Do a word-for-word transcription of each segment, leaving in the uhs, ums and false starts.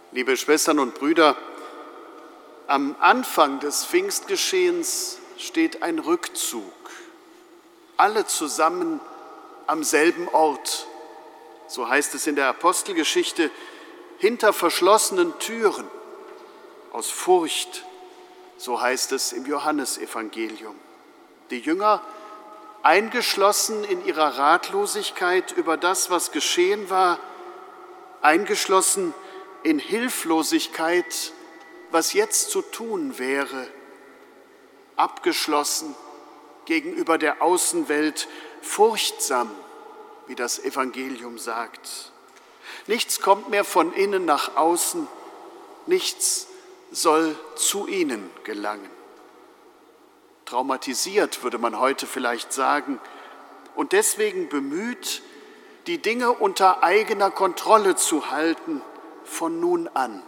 Liebe Schwestern und Brüder, am Anfang des Pfingstgeschehens steht ein Rückzug. Alle zusammen am selben Ort, so heißt es in der Apostelgeschichte, hinter verschlossenen Türen, aus Furcht, so heißt es im Johannesevangelium. Die Jünger eingeschlossen in ihrer Ratlosigkeit über das, was geschehen war, eingeschlossen in Hilflosigkeit, was jetzt zu tun wäre, abgeschlossen gegenüber der Außenwelt, furchtsam, wie das Evangelium sagt. Nichts kommt mehr von innen nach außen, nichts soll zu ihnen gelangen. Traumatisiert, würde man heute vielleicht sagen, und deswegen bemüht, die Dinge unter eigener Kontrolle zu halten, von nun an.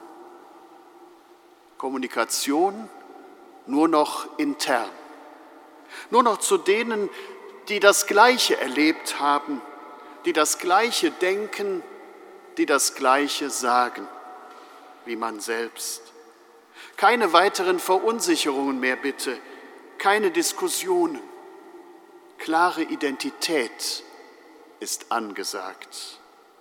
Kommunikation nur noch intern. Nur noch zu denen, die das Gleiche erlebt haben, die das Gleiche denken, die das Gleiche sagen, wie man selbst. Keine weiteren Verunsicherungen mehr bitte, keine Diskussionen. Klare Identität ist angesagt.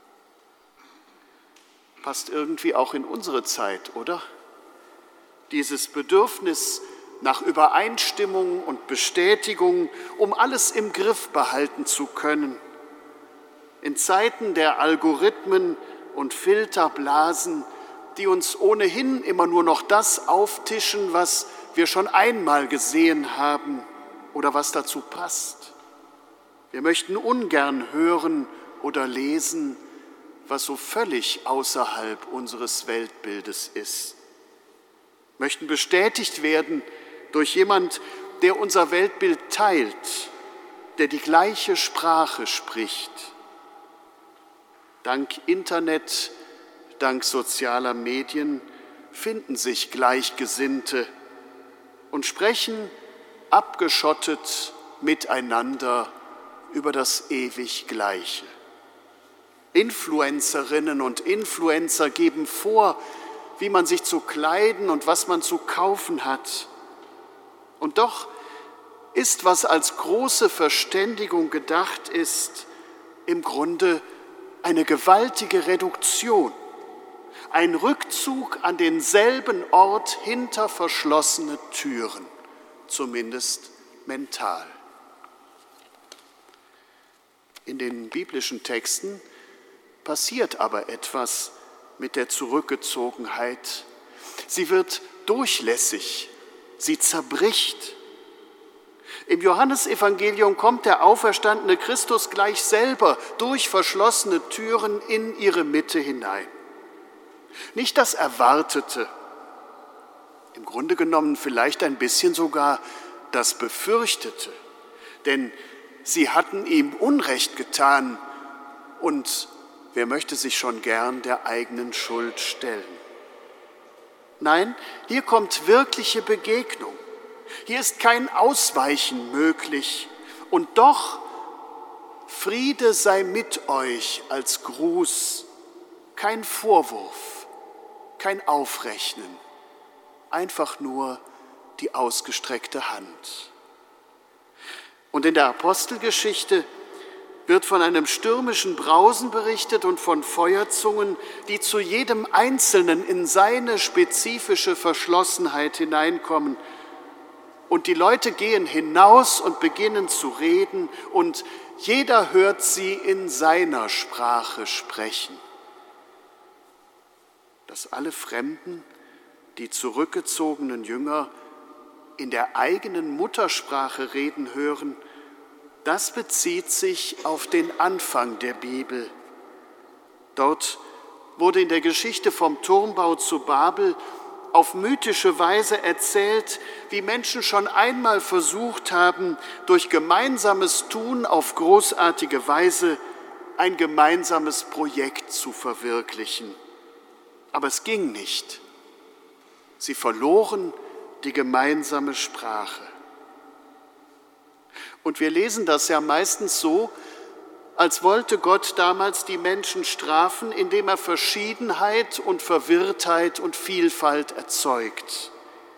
Passt irgendwie auch in unsere Zeit, oder? Dieses Bedürfnis nach Übereinstimmung und Bestätigung, um alles im Griff behalten zu können. In Zeiten der Algorithmen und Filterblasen, die uns ohnehin immer nur noch das auftischen, was wir schon einmal gesehen haben oder was dazu passt. Wir möchten ungern hören oder lesen, was so völlig außerhalb unseres Weltbildes ist. Möchten bestätigt werden durch jemand, der unser Weltbild teilt, der die gleiche Sprache spricht. Dank Internet, dank sozialer Medien finden sich Gleichgesinnte und sprechen abgeschottet miteinander über das ewig Gleiche. Influencerinnen und Influencer geben vor, wie man sich zu kleiden und was man zu kaufen hat. Und doch ist, was als große Verständigung gedacht ist, im Grunde eine gewaltige Reduktion, ein Rückzug an denselben Ort hinter verschlossene Türen, zumindest mental. In den biblischen Texten passiert aber etwas mit der Zurückgezogenheit. Sie wird durchlässig, sie zerbricht. Im Johannesevangelium kommt der auferstandene Christus gleich selber durch verschlossene Türen in ihre Mitte hinein. Nicht das Erwartete, im Grunde genommen vielleicht ein bisschen sogar das Befürchtete, denn sie hatten ihm Unrecht getan und wer möchte sich schon gern der eigenen Schuld stellen? Nein, hier kommt wirkliche Begegnung. Hier ist kein Ausweichen möglich. Und doch, Friede sei mit euch als Gruß, kein Vorwurf, kein Aufrechnen, einfach nur die ausgestreckte Hand. Und in der Apostelgeschichte wird von einem stürmischen Brausen berichtet und von Feuerzungen, die zu jedem Einzelnen in seine spezifische Verschlossenheit hineinkommen. Und die Leute gehen hinaus und beginnen zu reden und jeder hört sie in seiner Sprache sprechen. Dass alle Fremden, die zurückgezogenen Jünger in der eigenen Muttersprache reden hören, das bezieht sich auf den Anfang der Bibel. Dort wurde in der Geschichte vom Turmbau zu Babel auf mythische Weise erzählt, wie Menschen schon einmal versucht haben, durch gemeinsames Tun auf großartige Weise ein gemeinsames Projekt zu verwirklichen. Aber es ging nicht. Sie verloren die gemeinsame Sprache. Und wir lesen das ja meistens so, als wollte Gott damals die Menschen strafen, indem er Verschiedenheit und Verwirrtheit und Vielfalt erzeugt.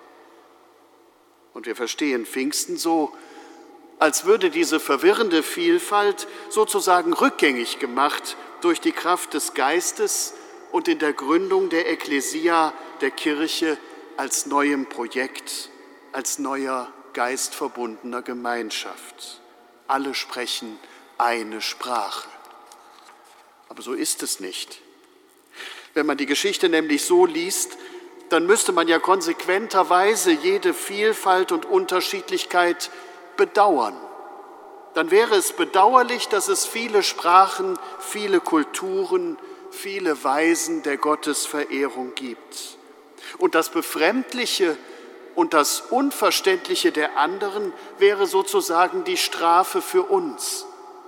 Und wir verstehen Pfingsten so, als würde diese verwirrende Vielfalt sozusagen rückgängig gemacht durch die Kraft des Geistes und in der Gründung der Ekklesia, der Kirche, als neuem Projekt, als neuer geistverbundener Gemeinschaft. Alle sprechen eine Sprache. Aber so ist es nicht. Wenn man die Geschichte nämlich so liest, dann müsste man ja konsequenterweise jede Vielfalt und Unterschiedlichkeit bedauern. Dann wäre es bedauerlich, dass es viele Sprachen, viele Kulturen, viele Weisen der Gottesverehrung gibt. Und das Befremdliche und das Unverständliche der anderen wäre sozusagen die Strafe für uns.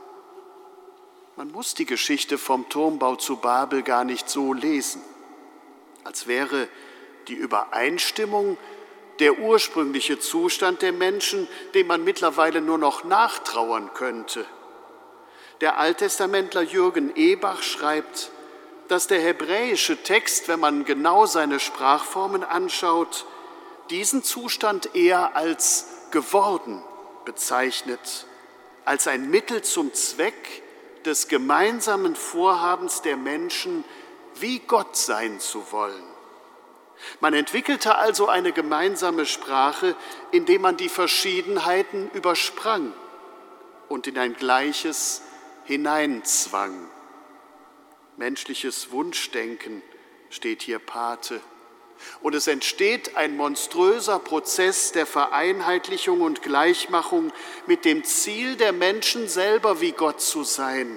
Man muss die Geschichte vom Turmbau zu Babel gar nicht so lesen, als wäre die Übereinstimmung der ursprüngliche Zustand der Menschen, dem man mittlerweile nur noch nachtrauern könnte. Der Alttestamentler Jürgen Ebach schreibt, dass der hebräische Text, wenn man genau seine Sprachformen anschaut, diesen Zustand eher als geworden bezeichnet, als ein Mittel zum Zweck des gemeinsamen Vorhabens der Menschen, wie Gott sein zu wollen. Man entwickelte also eine gemeinsame Sprache, indem man die Verschiedenheiten übersprang und in ein Gleiches hineinzwang. Menschliches Wunschdenken steht hier Pate. Und es entsteht ein monströser Prozess der Vereinheitlichung und Gleichmachung mit dem Ziel, der Menschen selber wie Gott zu sein.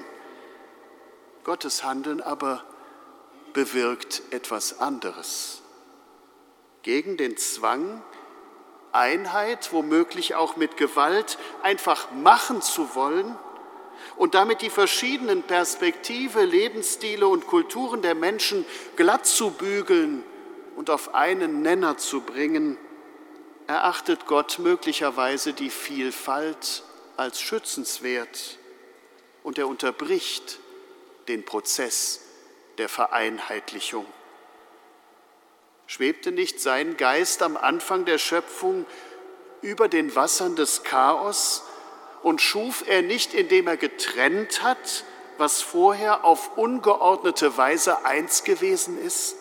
Gottes Handeln aber bewirkt etwas anderes. Gegen den Zwang, Einheit, womöglich auch mit Gewalt, einfach machen zu wollen und damit die verschiedenen Perspektive, Lebensstile und Kulturen der Menschen glatt zu bügeln und auf einen Nenner zu bringen, erachtet Gott möglicherweise die Vielfalt als schützenswert und er unterbricht den Prozess der Vereinheitlichung. Schwebte nicht sein Geist am Anfang der Schöpfung über den Wassern des Chaos und schuf er nicht, indem er getrennt hat, was vorher auf ungeordnete Weise eins gewesen ist?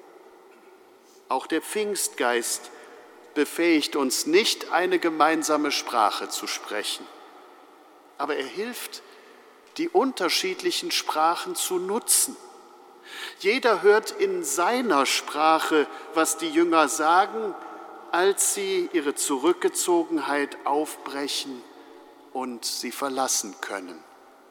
Auch der Pfingstgeist befähigt uns nicht, eine gemeinsame Sprache zu sprechen. Aber er hilft, die unterschiedlichen Sprachen zu nutzen. Jeder hört in seiner Sprache, was die Jünger sagen, als sie ihre Zurückgezogenheit aufbrechen und sie verlassen können.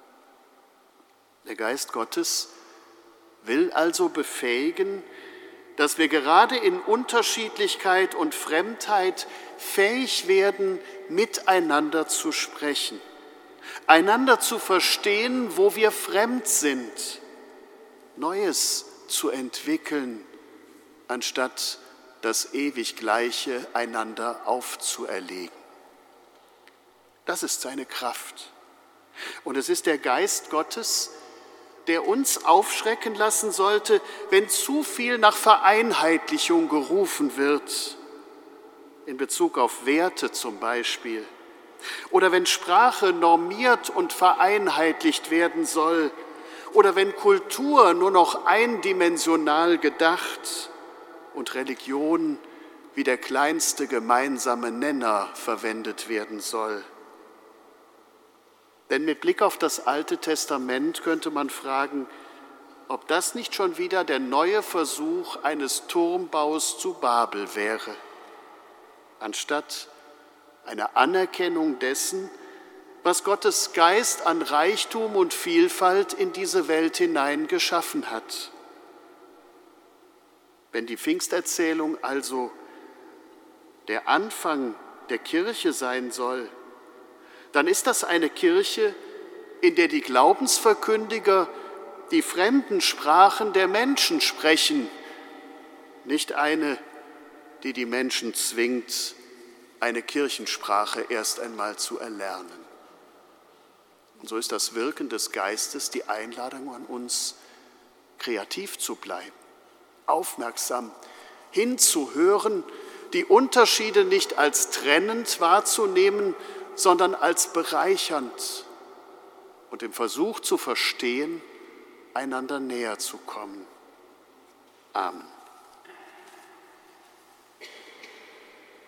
Der Geist Gottes will also befähigen, dass wir gerade in Unterschiedlichkeit und Fremdheit fähig werden, miteinander zu sprechen, einander zu verstehen, wo wir fremd sind, Neues zu entwickeln, anstatt das ewig Gleiche einander aufzuerlegen. Das ist seine Kraft. Und es ist der Geist Gottes, der uns aufschrecken lassen sollte, wenn zu viel nach Vereinheitlichung gerufen wird, in Bezug auf Werte zum Beispiel, oder wenn Sprache normiert und vereinheitlicht werden soll, oder wenn Kultur nur noch eindimensional gedacht und Religion wie der kleinste gemeinsame Nenner verwendet werden soll. Denn mit Blick auf das Alte Testament könnte man fragen, ob das nicht schon wieder der neue Versuch eines Turmbaus zu Babel wäre, anstatt eine Anerkennung dessen, was Gottes Geist an Reichtum und Vielfalt in diese Welt hinein geschaffen hat. Wenn die Pfingsterzählung also der Anfang der Kirche sein soll, dann ist das eine Kirche, in der die Glaubensverkündiger die fremden Sprachen der Menschen sprechen, nicht eine, die die Menschen zwingt, eine Kirchensprache erst einmal zu erlernen. Und so ist das Wirken des Geistes die Einladung an uns, kreativ zu bleiben, aufmerksam hinzuhören, die Unterschiede nicht als trennend wahrzunehmen, sondern als bereichernd und im Versuch zu verstehen, einander näher zu kommen. Amen.